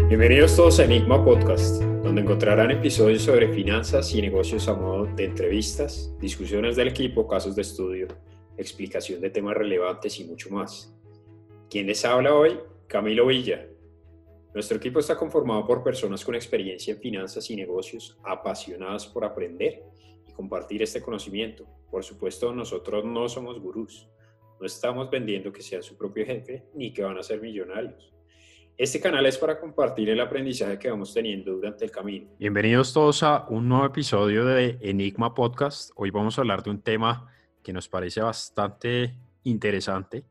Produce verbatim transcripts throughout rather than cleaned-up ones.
Bienvenidos todos a Enigma Podcast, donde encontrarán episodios sobre finanzas y negocios a modo de entrevistas, discusiones del equipo, casos de estudio, explicación de temas relevantes y mucho más. ¿Quién les habla hoy? Camilo Villa. Nuestro equipo está conformado por personas con experiencia en finanzas y negocios, apasionadas por aprender y compartir este conocimiento. Por supuesto, nosotros no somos gurús, no estamos vendiendo que sean su propio jefe ni que van a ser millonarios. Este canal es para compartir el aprendizaje que vamos teniendo durante el camino. Bienvenidos todos a un nuevo episodio de Enigma Podcast. Hoy vamos a hablar de un tema que nos parece bastante interesante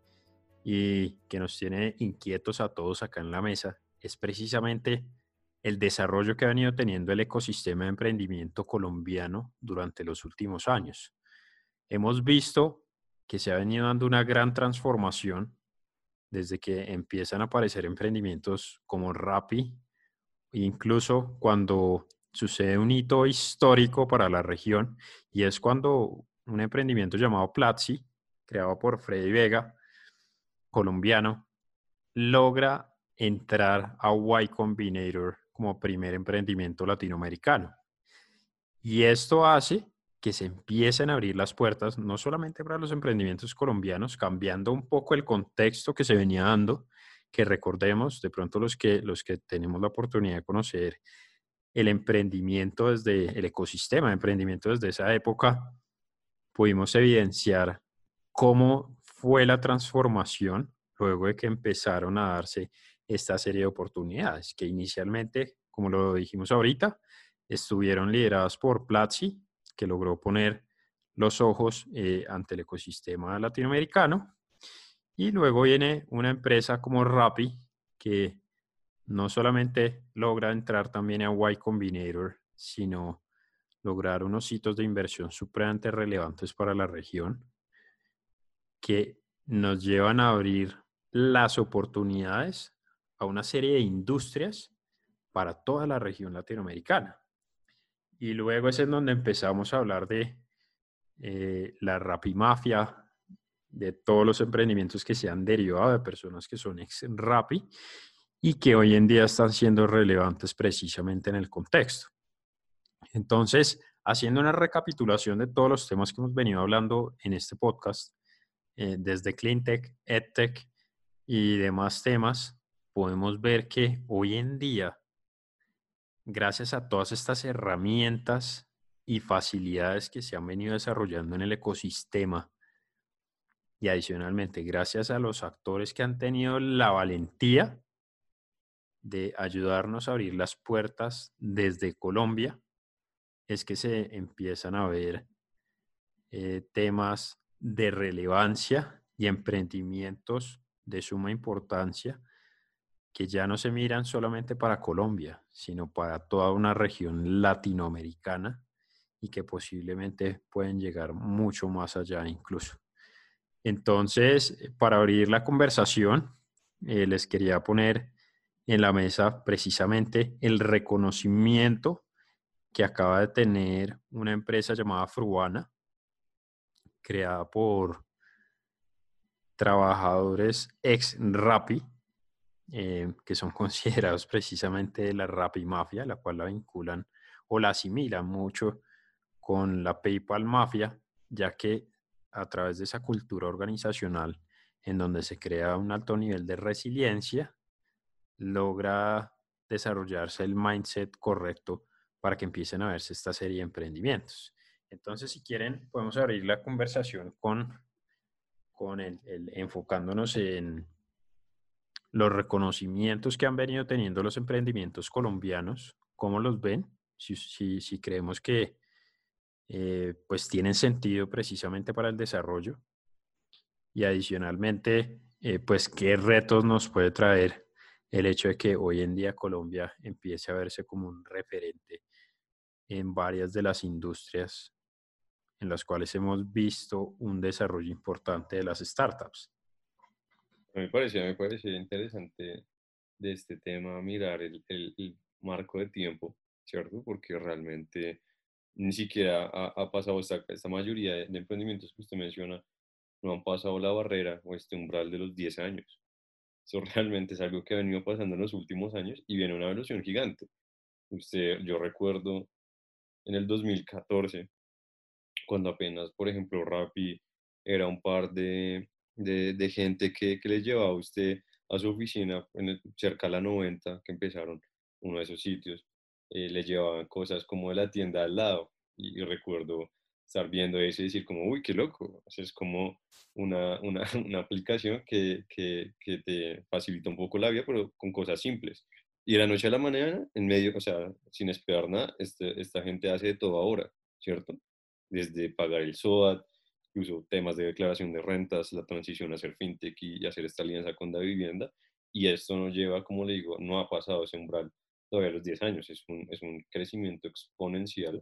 y que nos tiene inquietos a todos acá en la mesa. Es precisamente el desarrollo que ha venido teniendo el ecosistema de emprendimiento colombiano durante los últimos años. Hemos visto que se ha venido dando una gran transformación desde que empiezan a aparecer emprendimientos como Rappi, incluso cuando sucede un hito histórico para la región, y es cuando un emprendimiento llamado Platzi, creado por Freddy Vega, colombiano, logra entrar a Y Combinator como primer emprendimiento latinoamericano. Y esto hace que se empiecen a abrir las puertas, no solamente para los emprendimientos colombianos, cambiando un poco el contexto que se venía dando, que recordemos, de pronto los que, los que tenemos la oportunidad de conocer el emprendimiento desde el ecosistema de emprendimiento desde esa época, pudimos evidenciar cómo fue la transformación luego de que empezaron a darse esta serie de oportunidades, que inicialmente, como lo dijimos ahorita, estuvieron lideradas por Platzi, que logró poner los ojos eh, ante el ecosistema latinoamericano, y luego viene una empresa como Rappi, que no solamente logra entrar también a Y Combinator, sino lograr unos hitos de inversión supremamente relevantes para la región, que nos llevan a abrir las oportunidades a una serie de industrias para toda la región latinoamericana. Y luego es en donde empezamos a hablar de eh, la Rapimafia, de todos los emprendimientos que se han derivado de personas que son ex Rappi y que hoy en día están siendo relevantes precisamente en el contexto. Entonces, haciendo una recapitulación de todos los temas que hemos venido hablando en este podcast, eh, desde CleanTech, EdTech y demás temas, podemos ver que hoy en día, gracias a todas estas herramientas y facilidades que se han venido desarrollando en el ecosistema, y adicionalmente gracias a los actores que han tenido la valentía de ayudarnos a abrir las puertas desde Colombia, es que se empiezan a ver eh, temas de relevancia y emprendimientos de suma importancia que ya no se miran solamente para Colombia, sino para toda una región latinoamericana y que posiblemente pueden llegar mucho más allá incluso. Entonces, para abrir la conversación, eh, les quería poner en la mesa precisamente el reconocimiento que acaba de tener una empresa llamada Fruana, creada por trabajadores ex Rappi, eh, que son considerados precisamente de la Rappi Mafia, la cual la vinculan o la asimilan mucho con la PayPal Mafia, ya que a través de esa cultura organizacional en donde se crea un alto nivel de resiliencia, logra desarrollarse el mindset correcto para que empiecen a verse esta serie de emprendimientos. Entonces, si quieren, podemos abrir la conversación con, con el, el, enfocándonos en los reconocimientos que han venido teniendo los emprendimientos colombianos. ¿Cómo los ven? Si, si, si creemos que eh, pues tienen sentido precisamente para el desarrollo, y adicionalmente, eh, pues qué retos nos puede traer el hecho de que hoy en día Colombia empiece a verse como un referente en varias de las industrias en las cuales hemos visto un desarrollo importante de las startups. A mí me parecía, me parecía interesante de este tema mirar el, el- el marco de tiempo, ¿cierto? Porque realmente ni siquiera ha, ha pasado esta, esta mayoría de, de emprendimientos que usted menciona, no han pasado la barrera o este umbral de los diez años. Eso realmente es algo que ha venido pasando en los últimos años y viene una evolución gigante. Usted, yo recuerdo en el dos mil catorce, cuando apenas, por ejemplo, Rappi era un par de, de, de gente que, que les llevaba a usted a su oficina en el- cerca a la noventa, que empezaron uno de esos sitios, eh, les llevaban cosas como de la tienda al lado. Y, y recuerdo estar viendo eso y decir como, uy, qué loco. O sea, es como una, una, una aplicación que, que, que te facilita un poco la vida, pero con cosas simples. Y de la noche a la mañana, en medio, o sea, sin esperar nada, este, esta gente hace de todo ahora, ¿cierto? Desde pagar el SOAT, incluso temas de declaración de rentas, la transición a hacer fintech y, y hacer esta alianza con la vivienda. Y esto nos lleva, como le digo, no ha pasado ese umbral todavía los diez años, es un, es un crecimiento exponencial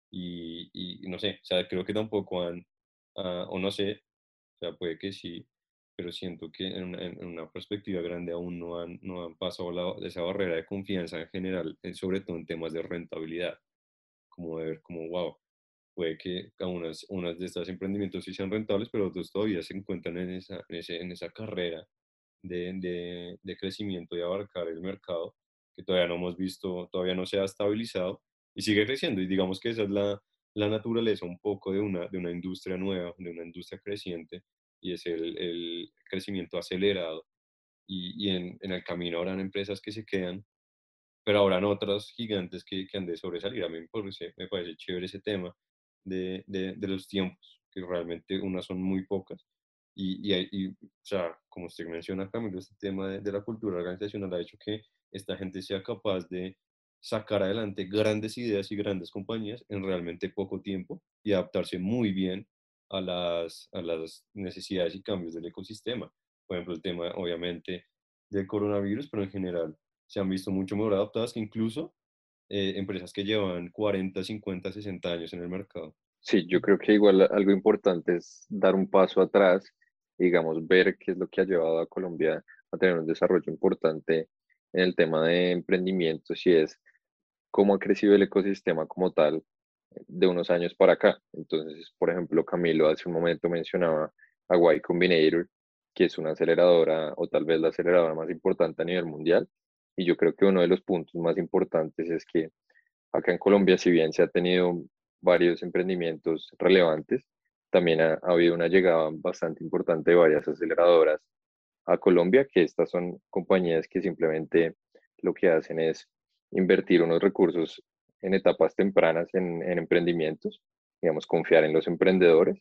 y, y, y no sé, o sea, creo que tampoco han, ah, o no sé, o sea, puede que sí, pero siento que en una, en una perspectiva grande aún no han, no han pasado la, esa barrera de confianza en general, eh, sobre todo en temas de rentabilidad, como de ver como, wow, puede que a unas, unas de estos emprendimientos sí sean rentables, pero otros todavía se encuentran en esa, en ese, en esa carrera de, de, de crecimiento y abarcar el mercado, que todavía no hemos visto, todavía no se ha estabilizado y sigue creciendo. Y digamos que esa es la, la naturaleza un poco de una, de una industria nueva, de una industria creciente, y es el, el crecimiento acelerado. Y, y en, en el camino habrán empresas que se quedan, pero habrán otras gigantes que, que han de sobresalir. A mí me parece, me parece chévere ese tema de, de, de los tiempos, que realmente unas son muy pocas. Y, y, hay- y, o sea, como usted menciona, Camilo, este tema de, de la cultura organizacional ha hecho que esta gente sea capaz de sacar adelante grandes ideas y grandes compañías en realmente poco tiempo y adaptarse muy bien a las, a las necesidades y cambios del ecosistema. Por ejemplo, el tema, obviamente, del coronavirus, pero en general se han visto mucho mejor adaptadas que incluso eh, empresas que llevan cuarenta cincuenta sesenta años en el mercado. Sí, yo creo que igual algo importante es dar un paso atrás, digamos, ver qué es lo que ha llevado a Colombia a tener un desarrollo importante en el tema de emprendimientos y es cómo ha crecido el ecosistema como tal de unos años para acá. Entonces, por ejemplo, Camilo hace un momento mencionaba a Y Combinator, que es una aceleradora o tal vez la aceleradora más importante a nivel mundial. Y yo creo que uno de los puntos más importantes es que acá en Colombia, si bien se ha tenido varios emprendimientos relevantes, también ha, ha habido una llegada bastante importante de varias aceleradoras a Colombia, que estas son compañías que simplemente lo que hacen es invertir unos recursos en etapas tempranas en, en emprendimientos, digamos, confiar en los emprendedores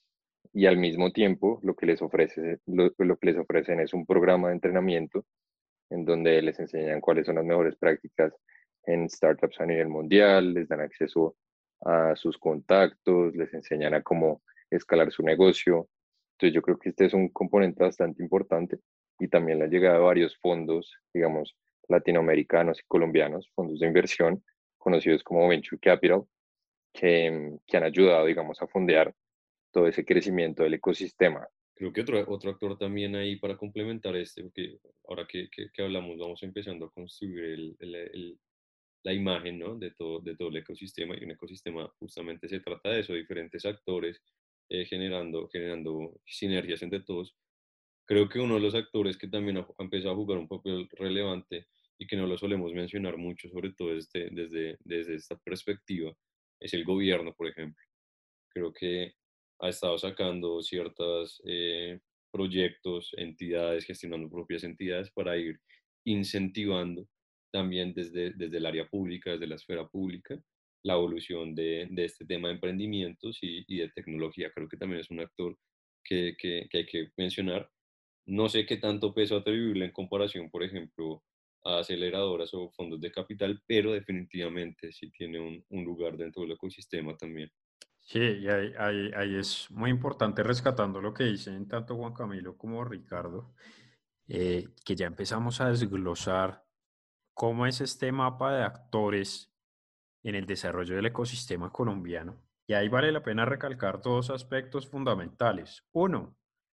y al mismo tiempo lo que les ofrece, lo, lo que les ofrecen es un programa de entrenamiento en donde les enseñan cuáles son las mejores prácticas en startups a nivel mundial, les dan acceso a sus contactos, les enseñan a cómo escalar su negocio. Entonces yo creo que este es un componente bastante importante y también la llegada de varios fondos, digamos, latinoamericanos y colombianos, fondos de inversión conocidos como Venture Capital, que, que han ayudado, digamos, a fondear todo ese crecimiento del ecosistema. Creo que otro, otro actor también ahí para complementar este, porque ahora que, que, que hablamos vamos empezando a construir el, el, el, la imagen, ¿no? de, todo, de todo el ecosistema y un ecosistema justamente se trata de eso, diferentes actores eh, generando, generando sinergias entre todos. Creo que uno de los actores que también ha, ha empezado a jugar un papel relevante y que no lo solemos mencionar mucho, sobre todo desde, desde, desde esta perspectiva, es el gobierno, por ejemplo. Creo que ha estado sacando ciertos eh, proyectos, entidades, gestionando propias entidades para ir incentivando también desde, desde el área pública, desde la esfera pública, la evolución de, de este tema de emprendimientos y, y de tecnología. Creo que también es un actor que, que, que hay que mencionar. No sé qué tanto peso atribuirle en comparación, por ejemplo, a aceleradoras o fondos de capital, pero definitivamente sí tiene un, un lugar dentro del ecosistema también. Sí, y ahí, ahí- ahí es muy importante rescatando lo que dicen tanto Juan Camilo como Ricardo, eh, que ya empezamos a desglosar cómo es este mapa de actores en el desarrollo del ecosistema colombiano. Y ahí vale la pena recalcar dos aspectos fundamentales. Uno,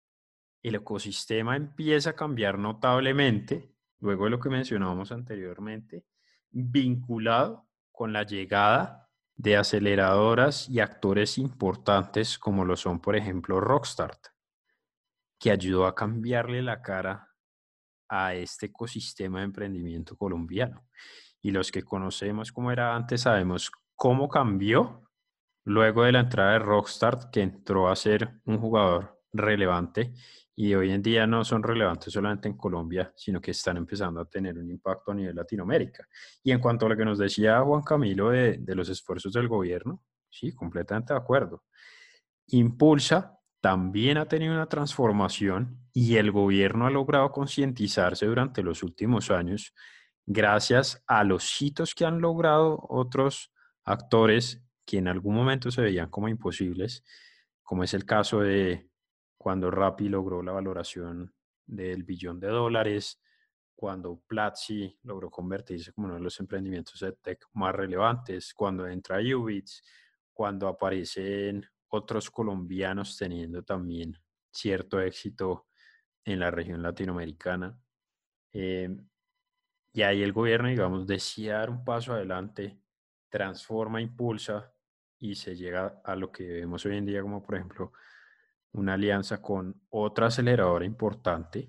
el ecosistema empieza a cambiar notablemente, luego de lo que mencionábamos anteriormente, vinculado con la llegada de aceleradoras y actores importantes como lo son, por ejemplo, Rockstart, que ayudó a cambiarle la cara a este ecosistema de emprendimiento colombiano. Y los que conocemos cómo era antes sabemos cómo cambió luego de la entrada de Rockstar, que entró a ser un jugador relevante y hoy en día no son relevantes solamente en Colombia, sino que están empezando a tener un impacto a nivel Latinoamérica. Y en cuanto a lo que nos decía Juan Camilo de, de los esfuerzos del gobierno, sí, completamente de acuerdo. Impulsa también ha tenido una transformación y el gobierno ha logrado concientizarse durante los últimos años gracias a los hitos que han logrado otros actores que en algún momento se veían como imposibles, como es el caso de cuando Rappi logró la valoración del billón de dólares, cuando Platzi logró convertirse como uno de los emprendimientos de tech más relevantes, cuando entra Ubits, cuando aparecen otros colombianos teniendo también cierto éxito en la región latinoamericana. Eh, y ahí el gobierno, digamos, decide dar un paso adelante, transforma, impulsa y se llega a lo que vemos hoy en día como, por ejemplo, una alianza con otra aceleradora importante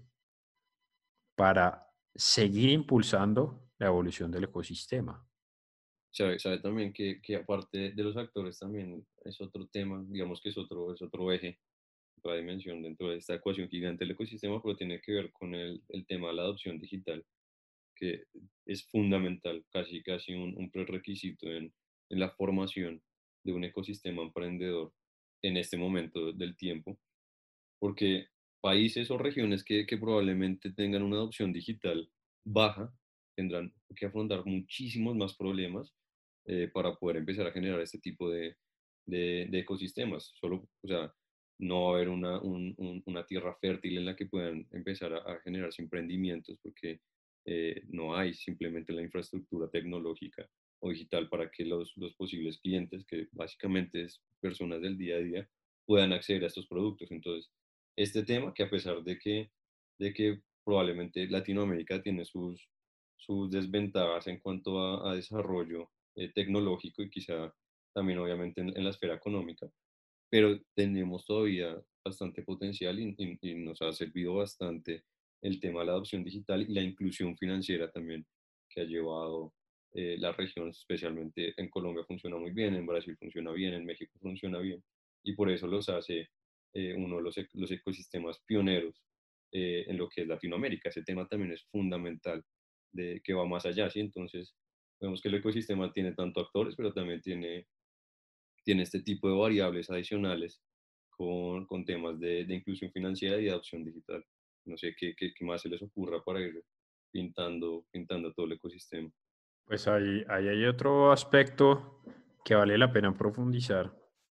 para seguir impulsando la evolución del ecosistema. Sabe, sabe también que, que aparte de los actores también es otro tema, digamos que es otro, es otro eje, otra dimensión dentro de esta ecuación gigante del ecosistema, pero tiene que ver con el, el tema de la adopción digital, que es fundamental, casi casi un, un prerequisito en, en la formación de un ecosistema emprendedor en este momento del tiempo, porque países o regiones que, que probablemente tengan una adopción digital baja tendrán que afrontar muchísimos más problemas eh, para poder empezar a generar este tipo de, de, de ecosistemas. Solo, o sea, no va a haber una, un, un, una tierra fértil en la que puedan empezar a, a generarse emprendimientos porque eh, no hay simplemente la infraestructura tecnológica o digital para que los, los posibles clientes, que básicamente es personas del día a día, puedan acceder a estos productos. Entonces, este tema que a pesar de que, de que probablemente Latinoamérica tiene sus, sus desventajas en cuanto a, a desarrollo eh, tecnológico y quizá también obviamente en, en, la esfera económica, pero tenemos todavía bastante potencial y, y, y nos ha servido bastante el tema de la adopción digital y la inclusión financiera también que ha llevado eh, la región, especialmente en Colombia funciona muy bien, en Brasil funciona bien, en México funciona bien y por eso los hace eh, uno de los, los ecosistemas pioneros eh, en lo que es Latinoamérica. Ese tema también es fundamental, de que va más allá, ¿sí? Entonces, vemos que el ecosistema tiene tanto actores, pero también tiene, tiene este tipo de variables adicionales con, con temas de, de, inclusión financiera y de adopción digital. No sé qué, qué, qué más se les ocurra para ir pintando, pintando todo el ecosistema. Pues ahí, ahí hay otro aspecto que vale la pena profundizar.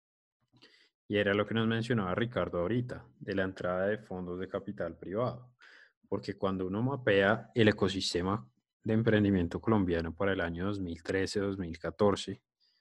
Y era lo que nos mencionaba Ricardo ahorita, de la entrada de fondos de capital privado. Porque cuando uno mapea el ecosistema de emprendimiento colombiano para el año dos mil trece, dos mil catorce,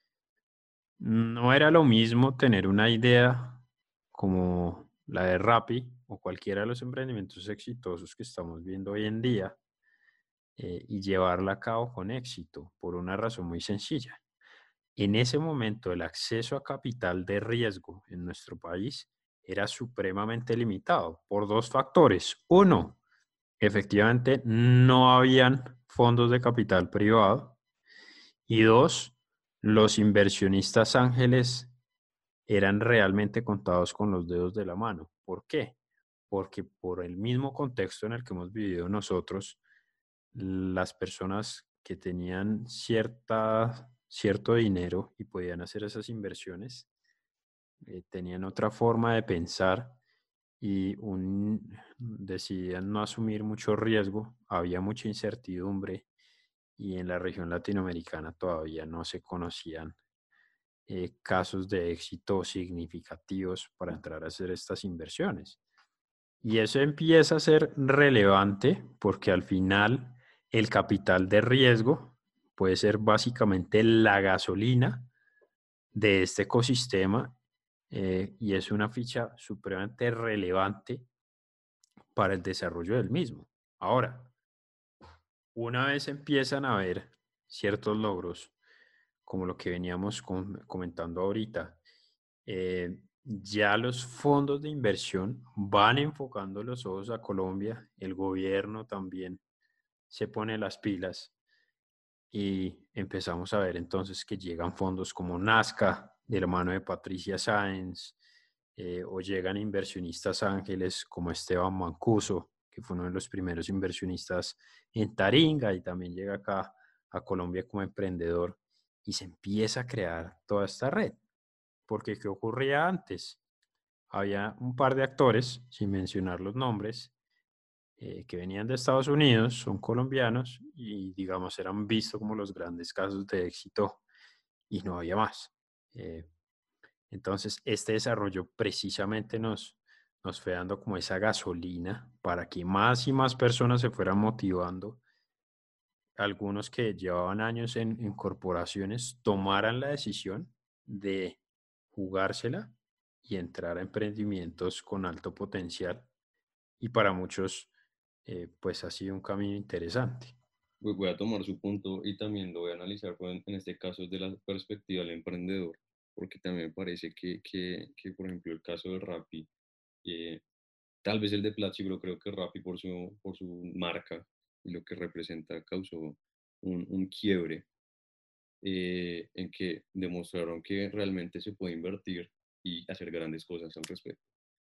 no era lo mismo tener una idea como la de Rappi o cualquiera de los emprendimientos exitosos que estamos viendo hoy en día eh, y llevarla a cabo con éxito, por una razón muy sencilla. En ese momento, el acceso a capital de riesgo en nuestro país era supremamente limitado por dos factores. Uno, efectivamente no habían fondos de capital privado. Y dos, los inversionistas ángeles eran realmente contados con los dedos de la mano. ¿Por qué? Porque por el mismo contexto en el que hemos vivido nosotros, las personas que tenían cierta, cierto dinero y podían hacer esas inversiones, eh, tenían otra forma de pensar y un, decidían no asumir mucho riesgo, había mucha incertidumbre y en la región latinoamericana todavía no se conocían eh, casos de éxito significativos para entrar a hacer estas inversiones. Y eso empieza a ser relevante porque al final el capital de riesgo puede ser básicamente la gasolina de este ecosistema eh, y es una ficha supremamente relevante para el desarrollo del mismo. Ahora, una vez empiezan a haber ciertos logros, como lo que veníamos con, comentando ahorita, eh, ya los fondos de inversión van enfocando los ojos a Colombia, el gobierno también se pone las pilas y empezamos a ver entonces que llegan fondos como Nazca, de la mano de Patricia Sáenz, eh, o llegan inversionistas ángeles como Esteban Mancuso, que fue uno de los primeros inversionistas en Taringa y también llega acá a Colombia como emprendedor y se empieza a crear toda esta red. Porque ¿qué ocurría antes? Había un par de actores, sin mencionar los nombres, eh, que venían de Estados Unidos, son colombianos y digamos eran vistos como los grandes casos de éxito y no había más. Eh, entonces este desarrollo precisamente nos, nos fue dando como esa gasolina para que más y más personas se fueran motivando. Algunos que llevaban años en, en corporaciones tomaran la decisión de jugársela y entrar a emprendimientos con alto potencial y para muchos eh, pues ha sido un camino interesante. Voy voy a tomar su punto y también lo voy a analizar pues, en este caso desde la perspectiva del emprendedor, porque también me parece que, que, que, por ejemplo, el caso de Rappi, eh, tal vez el de Platzi, pero creo que Rappi por su, por su marca y lo que representa causó un, un quiebre eh, en que demostraron que realmente se puede invertir y hacer grandes cosas al respecto.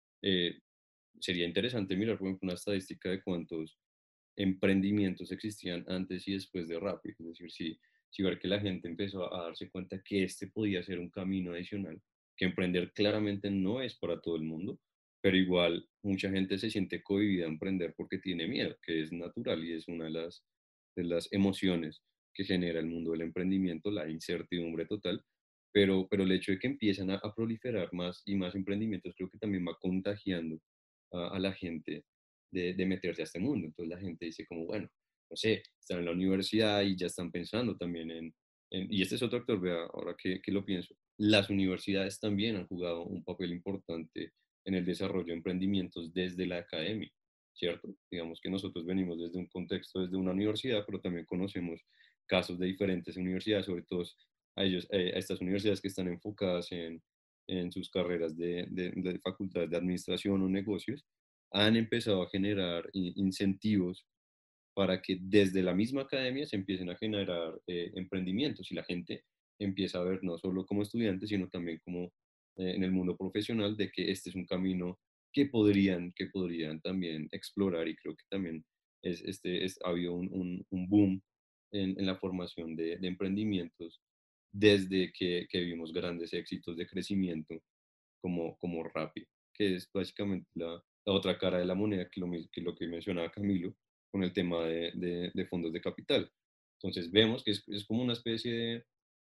Eh, Sería interesante mirar, por ejemplo, una estadística de cuántos emprendimientos existían antes y después de Rappi. Es decir, si, si ver que la gente empezó a darse cuenta que este podía ser un camino adicional, que emprender claramente no es para todo el mundo, pero igual mucha gente se siente cohibida a emprender porque tiene miedo, que es natural y es una de las, de las emociones que genera el mundo del emprendimiento, la incertidumbre total. Pero, pero el hecho de que empiezan a, a proliferar más y más emprendimientos creo que también va contagiando a, a la gente de, de meterse a este mundo. Entonces la gente dice como, bueno, no sé, están en la universidad y ya están pensando también en, en y este es otro actor, vea, ahora que, que lo pienso, las universidades también han jugado un papel importante en el desarrollo de emprendimientos desde la academia, ¿cierto? Digamos que nosotros venimos desde un contexto, desde una universidad, pero también conocemos casos de diferentes universidades, sobre todo a, ellos, eh, a estas universidades que están enfocadas en, en sus carreras de, de, de facultades de administración o negocios, han empezado a generar incentivos para que desde la misma academia se empiecen a generar eh, emprendimientos y la gente empieza a ver no solo como estudiante, sino también como eh, en el mundo profesional de que este es un camino que podrían, que podrían también explorar y creo que también es, este, es, ha habido un, un, un boom en, en, la formación de, de emprendimientos desde que, que vimos grandes éxitos de crecimiento como, como Rappi, que es básicamente la, la otra cara de la moneda que lo, que lo que mencionaba Camilo con el tema de, de, de fondos de capital. Entonces vemos que es, es como una especie de,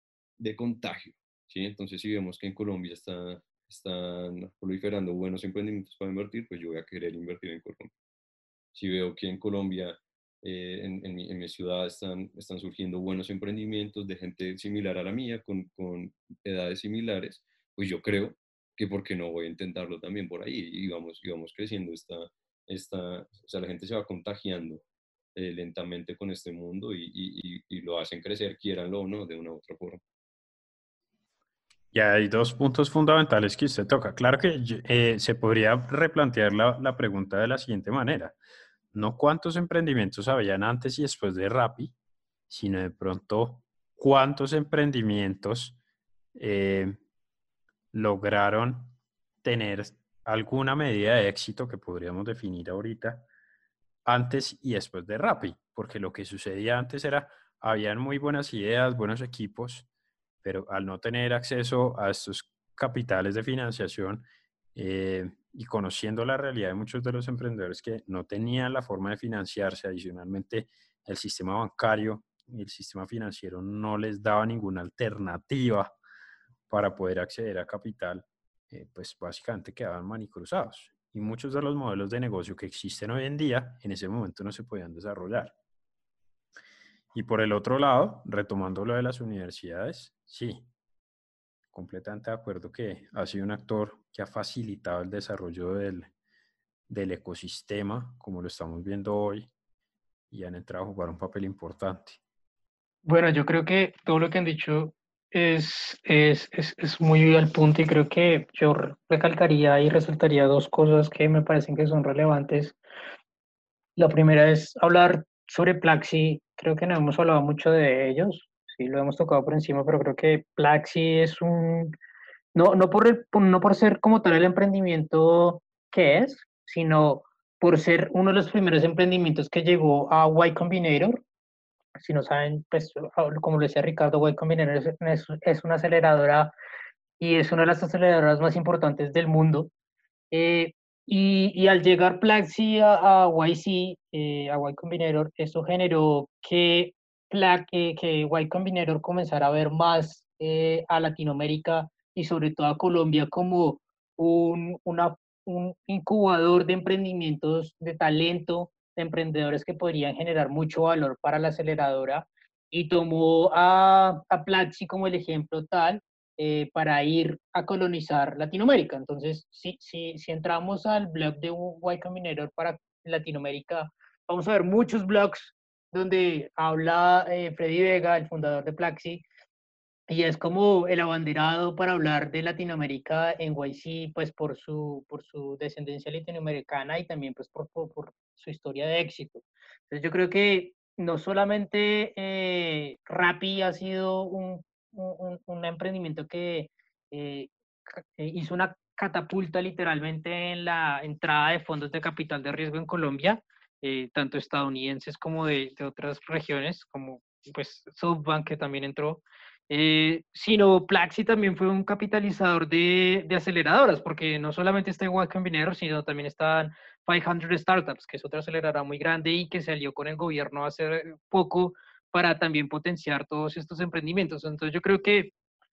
de contagio, ¿sí? Entonces si vemos que en Colombia está, están proliferando buenos emprendimientos para invertir, pues yo voy a querer invertir en Colombia. Si veo que en Colombia, eh, en, en, mi, en, mi, ciudad, están, están surgiendo buenos emprendimientos de gente similar a la mía, con, con edades similares, pues yo creo que por qué no voy a intentarlo también por ahí y vamos, y vamos creciendo esta, esta, o sea, la gente se va contagiando eh, lentamente con este mundo y, y, y, lo hacen crecer, quieranlo o no, de una u otra forma. Y hay dos puntos fundamentales que usted toca. Claro que eh, se podría replantear la, la pregunta de la siguiente manera. No cuántos emprendimientos habían antes y después de Rappi, sino de pronto cuántos emprendimientos eh, lograron tener alguna medida de éxito que podríamos definir ahorita antes y después de Rappi, porque lo que sucedía antes era, habían muy buenas ideas, buenos equipos, pero al no tener acceso a estos capitales de financiación eh, y conociendo la realidad de muchos de los emprendedores que no tenían la forma de financiarse, adicionalmente el sistema bancario y el sistema financiero no les daba ninguna alternativa para poder acceder a capital, eh, pues básicamente quedaban manicruzados. Y muchos de los modelos de negocio que existen hoy en día, en ese momento no se podían desarrollar. Y por el otro lado, retomando lo de las universidades, sí, completamente de acuerdo que ha sido un actor que ha facilitado el desarrollo del, del ecosistema, como lo estamos viendo hoy, y han entrado a jugar un papel importante. Bueno, yo creo que todo lo que han dicho Es, es, es, es muy al punto y creo que yo recalcaría y resaltaría dos cosas que me parecen que son relevantes. La primera es hablar sobre Plaxi. Creo que no hemos hablado mucho de ellos. Sí, lo hemos tocado por encima, pero creo que Plaxi es un, no, no por el- por- no por ser como tal el emprendimiento que es, sino por ser uno de los primeros emprendimientos que llegó a Y Combinator. Si no saben, pues como lo decía Ricardo, Y Combinator es, es, es una aceleradora y es una de las aceleradoras más importantes del mundo. Eh, y, y al llegar Plaxi a, a Y C, eh, a Y Combinator, eso generó que, Pla- que, que Y Combinator comenzara a ver más eh, a Latinoamérica y sobre todo a Colombia como un, una, un incubador de emprendimientos, de talento, de emprendedores que podrían generar mucho valor para la aceleradora. Y tomó a, a Plaxi como el ejemplo tal eh, para ir a colonizar Latinoamérica. Entonces, si, si, si entramos al blog de Y Combinator para Latinoamérica, vamos a ver muchos blogs donde habla eh, Freddy Vega, el fundador de Plaxi, y es como el abanderado para hablar de Latinoamérica en Y C, pues por su, por su descendencia latinoamericana y también pues por, por, por su historia de éxito. Entonces yo creo que no solamente eh, Rappi ha sido un, un, un emprendimiento que eh, hizo una catapulta literalmente en la entrada de fondos de capital de riesgo en Colombia, eh, tanto estadounidenses como de, de otras regiones, como pues SoftBank que también entró, eh, sino Plaxi también fue un capitalizador de, de aceleradoras, porque no solamente está Y Combinator, sino también están quinientas Startups, que es otra aceleradora muy grande y que se alió con el gobierno hace poco para también potenciar todos estos emprendimientos. Entonces yo creo que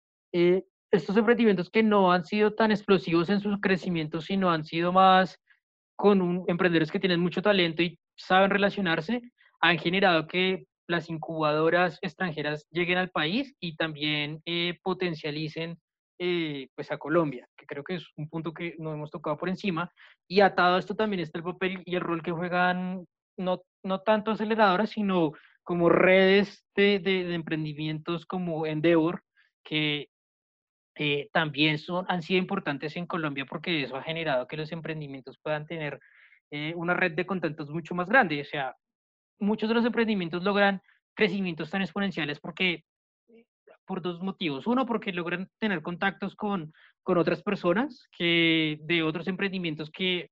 eh, estos emprendimientos que no han sido tan explosivos en su crecimiento, sino han sido más con un, emprendedores que tienen mucho talento y saben relacionarse, han generado que las incubadoras extranjeras lleguen al país y también eh, potencialicen eh, pues a Colombia, que creo que es un punto que no hemos tocado por encima. Y atado a esto también está el papel y el rol que juegan no, no tanto aceleradoras, sino como redes de, de, de emprendimientos como Endeavor, que eh, también son, han sido importantes en Colombia porque eso ha generado que los emprendimientos puedan tener eh, una red de contactos mucho más grande. O sea, muchos de los emprendimientos logran crecimientos tan exponenciales porque, por dos motivos. Uno, porque logran tener contactos con, con otras personas que de otros emprendimientos que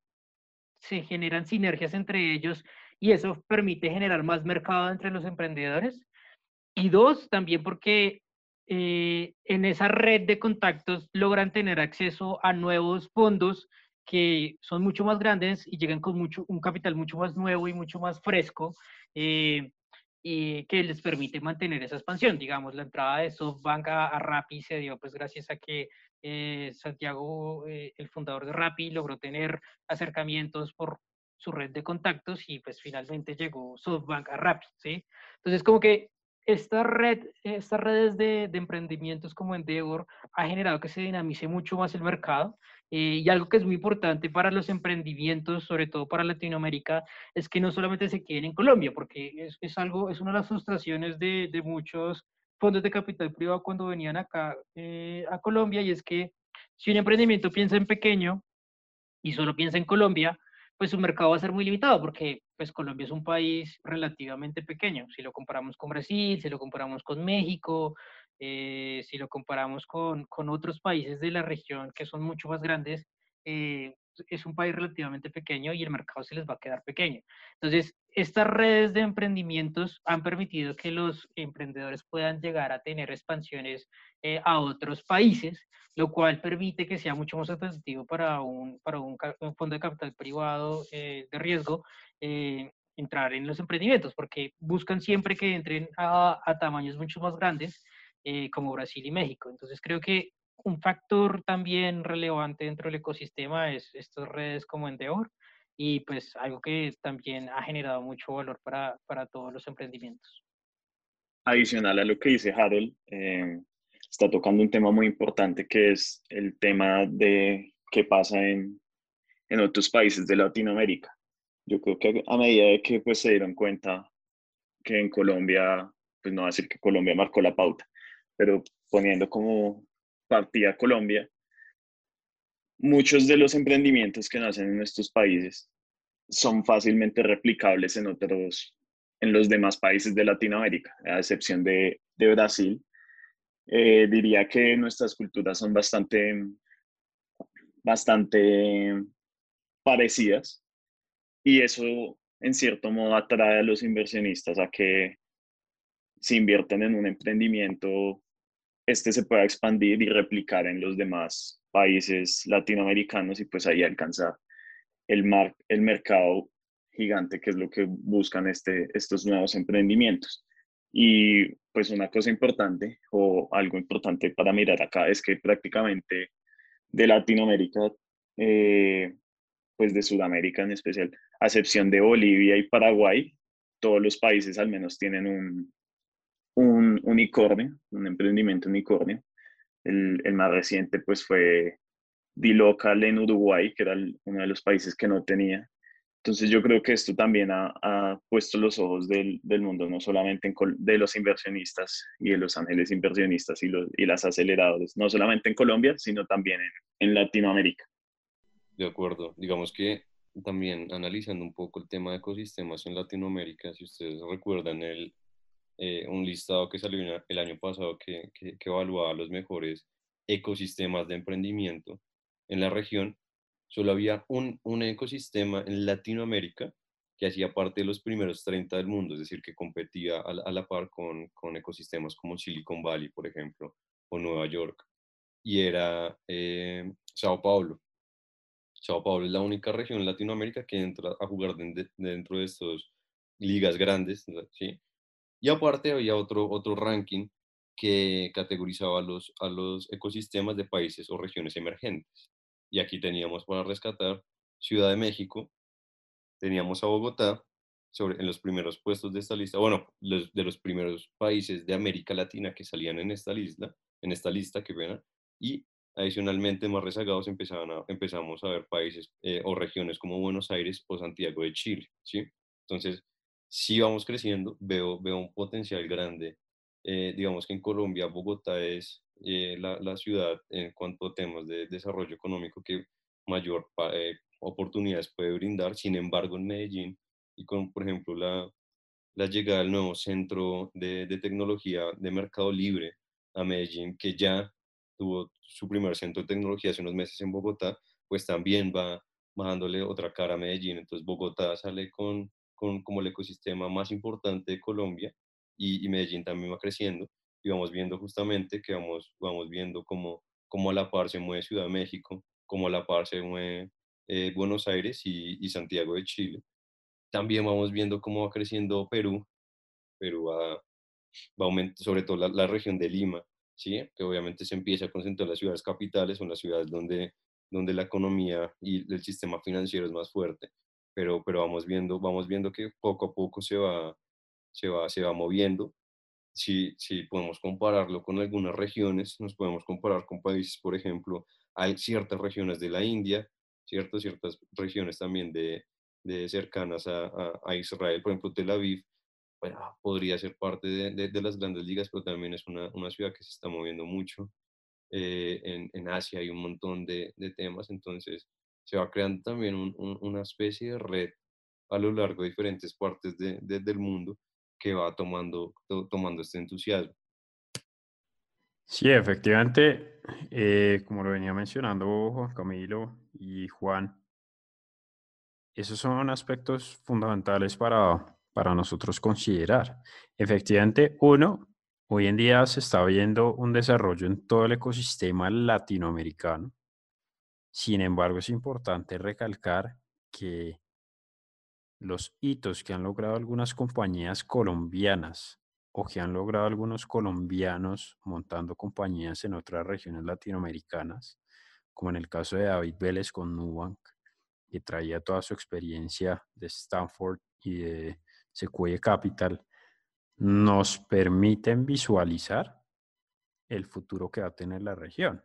se generan sinergias entre ellos y eso permite generar más mercado entre los emprendedores. Y dos, también porque eh, en esa red de contactos logran tener acceso a nuevos fondos que son mucho más grandes y llegan con mucho, un capital mucho más nuevo y mucho más fresco, eh, y que les permite mantener esa expansión. Digamos, la entrada de SoftBank a, a Rappi se dio pues gracias a que eh, Santiago, eh, el fundador de Rappi, logró tener acercamientos por su red de contactos y pues finalmente llegó SoftBank a Rappi, ¿sí? Entonces como que esta red, estas redes de, de emprendimientos como Endeavor ha generado que se dinamice mucho más el mercado, eh, y algo que es muy importante para los emprendimientos, sobre todo para Latinoamérica, es que no solamente se queden en Colombia, porque es, es algo, es una de las frustraciones de, de muchos fondos de capital privado cuando venían acá eh, a Colombia, y es que si un emprendimiento piensa en pequeño y solo piensa en Colombia, pues su mercado va a ser muy limitado porque pues Colombia es un país relativamente pequeño. Si lo comparamos con Brasil, si lo comparamos con México, eh, si lo comparamos con, con otros países de la región que son mucho más grandes, eh, es un país relativamente pequeño y el mercado se les va a quedar pequeño. Entonces, estas redes de emprendimientos han permitido que los emprendedores puedan llegar a tener expansiones eh, a otros países, lo cual permite que sea mucho más atractivo para un, para un, un fondo de capital privado eh, de riesgo eh, entrar en los emprendimientos, porque buscan siempre que entren a, a tamaños mucho más grandes, eh, como Brasil y México. Entonces creo que un factor también relevante dentro del ecosistema es estas redes como Endeavor, y pues algo que también ha generado mucho valor para, para todos los emprendimientos. Adicional a lo que dice Harold, eh, está tocando un tema muy importante que es el tema de qué pasa en, en otros países de Latinoamérica. Yo creo que a medida de que pues, se dieron cuenta que en Colombia, pues no va a decir que Colombia marcó la pauta, pero poniendo como partida Colombia, muchos de los emprendimientos que nacen en estos países son fácilmente replicables en otros, en los demás países de Latinoamérica, a excepción de, de Brasil. Eh, diría que nuestras culturas son bastante, bastante parecidas y eso en cierto modo atrae a los inversionistas a que si invierten en un emprendimiento, este se pueda expandir y replicar en los demás países latinoamericanos y pues ahí alcanzar el, mar, el mercado gigante que es lo que buscan este, estos nuevos emprendimientos. Y pues una cosa importante o algo importante para mirar acá es que prácticamente de Latinoamérica, eh, pues de Sudamérica en especial, a excepción de Bolivia y Paraguay, todos los países al menos tienen un, un unicornio, un emprendimiento unicornio. El, el más reciente pues fue D-Local en Uruguay, que era el, uno de los países que no tenía. Entonces yo creo que esto también ha, ha puesto los ojos del, del, mundo, no solamente en, de los inversionistas y de los ángeles inversionistas y, los, y las aceleradoras, no solamente en Colombia, sino también en, en Latinoamérica. De acuerdo. Digamos que también analizando un poco el tema de ecosistemas en Latinoamérica, si ustedes recuerdan el, eh, un listado que salió el año pasado que, que, que evaluaba los mejores ecosistemas de emprendimiento en la región, solo había un, un ecosistema en Latinoamérica que hacía parte de los primeros treinta del mundo, es decir, que competía a la, a la par con, con ecosistemas como Silicon Valley, por ejemplo, o Nueva York, y era eh, Sao Paulo. Sao Paulo es la única región en Latinoamérica que entra a jugar de, de, dentro de estas ligas grandes, ¿sí? Y aparte había otro, otro ranking que categorizaba a los, a los ecosistemas de países o regiones emergentes. Y aquí teníamos para rescatar Ciudad de México, teníamos a Bogotá sobre, en los primeros puestos de esta lista, bueno, los, de los primeros países de América Latina que salían en esta lista, en esta lista, que pena, y adicionalmente más rezagados empezaban a, empezamos a ver países eh, o regiones como Buenos Aires o Santiago de Chile, ¿sí? Entonces, si vamos creciendo, veo, veo un potencial grande. Eh, digamos que en Colombia, Bogotá es eh, la, la, ciudad en cuanto a temas de desarrollo económico que mayor eh, oportunidades puede brindar. Sin embargo, en Medellín, y con, por ejemplo, la, la llegada del nuevo centro de, de tecnología de Mercado Libre a Medellín, que ya tuvo su primer centro de tecnología hace unos meses en Bogotá, pues también va bajándole otra cara a Medellín. Entonces Bogotá sale con, con como el ecosistema más importante de Colombia y, y Medellín también va creciendo y vamos viendo justamente que vamos, vamos viendo cómo, cómo a la par se mueve Ciudad de México, cómo a la par se mueve eh, Buenos Aires y, y Santiago de Chile. También vamos viendo cómo va creciendo Perú, Perú va, va aumentando, sobre todo la, la región de Lima, ¿sí? Que obviamente se empieza a concentrar en las ciudades capitales, son las ciudades donde, donde la economía y el sistema financiero es más fuerte, pero, pero vamos, viendo, vamos viendo que poco a poco se va, se va, se va moviendo. Si, si podemos compararlo con algunas regiones, nos podemos comparar con países, por ejemplo, hay ciertas regiones de la India, ¿cierto? Ciertas regiones también de, de cercanas a, a, a Israel, por ejemplo, Tel Aviv, bueno, podría ser parte de, de, de las grandes ligas, pero también es una, una ciudad que se está moviendo mucho. Eh, en, en Asia hay un montón de, de temas, entonces se va creando también un, un, una especie de red a lo largo de diferentes partes de, de, del mundo que va tomando, to, tomando este entusiasmo. Sí, efectivamente, eh, como lo venía mencionando Juan Camilo y Juan, esos son aspectos fundamentales para, para nosotros considerar. Efectivamente, uno, hoy en día se está viendo un desarrollo en todo el ecosistema latinoamericano. Sin embargo, es importante recalcar que los hitos que han logrado algunas compañías colombianas o que han logrado algunos colombianos montando compañías en otras regiones latinoamericanas, como en el caso de David Vélez con Nubank, que traía toda su experiencia de Stanford y de Sequoia Capital, nos permiten visualizar el futuro que va a tener la región.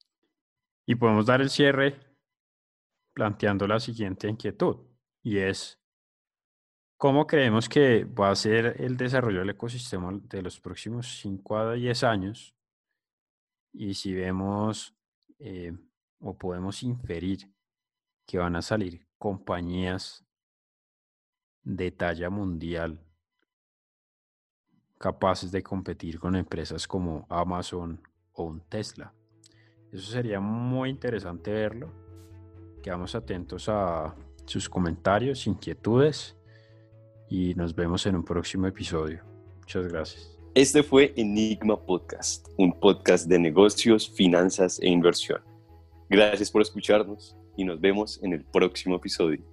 Y podemos dar el cierre planteando la siguiente inquietud, y es: ¿cómo creemos que va a ser el desarrollo del ecosistema de los próximos cinco a diez años Y si vemos eh, o podemos inferir que van a salir compañías de talla mundial capaces de competir con empresas como Amazon o un Tesla. Eso sería muy interesante verlo. Quedamos atentos a sus comentarios, inquietudes y nos vemos en un próximo episodio. Muchas gracias. Este fue Enigma Podcast, un podcast de negocios, finanzas e inversión. Gracias por escucharnos y nos vemos en el próximo episodio.